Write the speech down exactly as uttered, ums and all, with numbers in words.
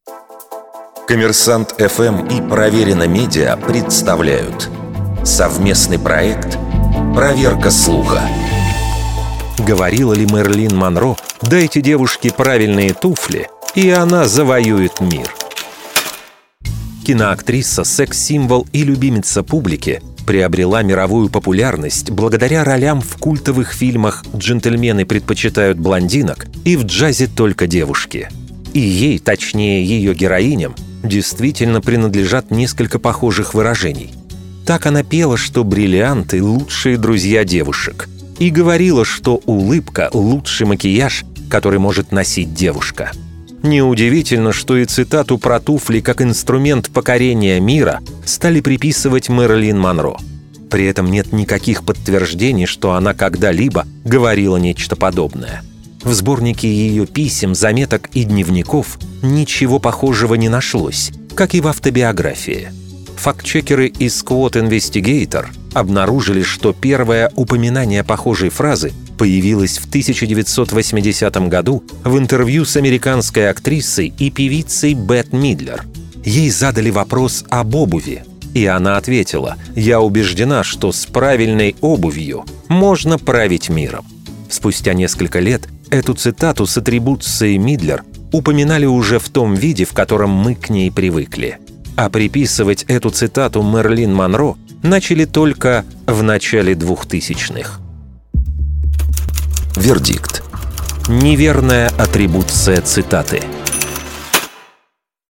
Коммерсант эф эм и Проверено Медиа представляют совместный проект «Проверка слуха». Говорила ли Мэрилин Монро: «Дайте девушке правильные туфли, и она завоюет мир»? Киноактриса, секс-символ и любимица публики приобрела мировую популярность благодаря ролям в культовых фильмах «Джентльмены предпочитают блондинок» и «В джазе только девушки». И ей, точнее ее героиням, действительно принадлежат несколько похожих выражений. Так она пела, что бриллианты – лучшие друзья девушек, и говорила, что улыбка – лучший макияж, который может носить девушка. Неудивительно, что и цитату про туфли как инструмент покорения мира стали приписывать Мэрилин Монро. При этом нет никаких подтверждений, что она когда-либо говорила нечто подобное. В сборнике ее писем, заметок и дневников ничего похожего не нашлось, как и в автобиографии. Фактчекеры из Quote Investigator обнаружили, что первое упоминание похожей фразы появилось в тысяча девятьсот восьмидесятом году в интервью с американской актрисой и певицей Бет Мидлер. Ей задали вопрос об обуви, и она ответила: «Я убеждена, что с правильной обувью можно править миром». Спустя несколько лет эту цитату с атрибуцией Мидлер упоминали уже в том виде, в котором мы к ней привыкли. А приписывать эту цитату Мэрилин Монро начали только в начале двухтысячных. Вердикт. Неверная атрибуция цитаты.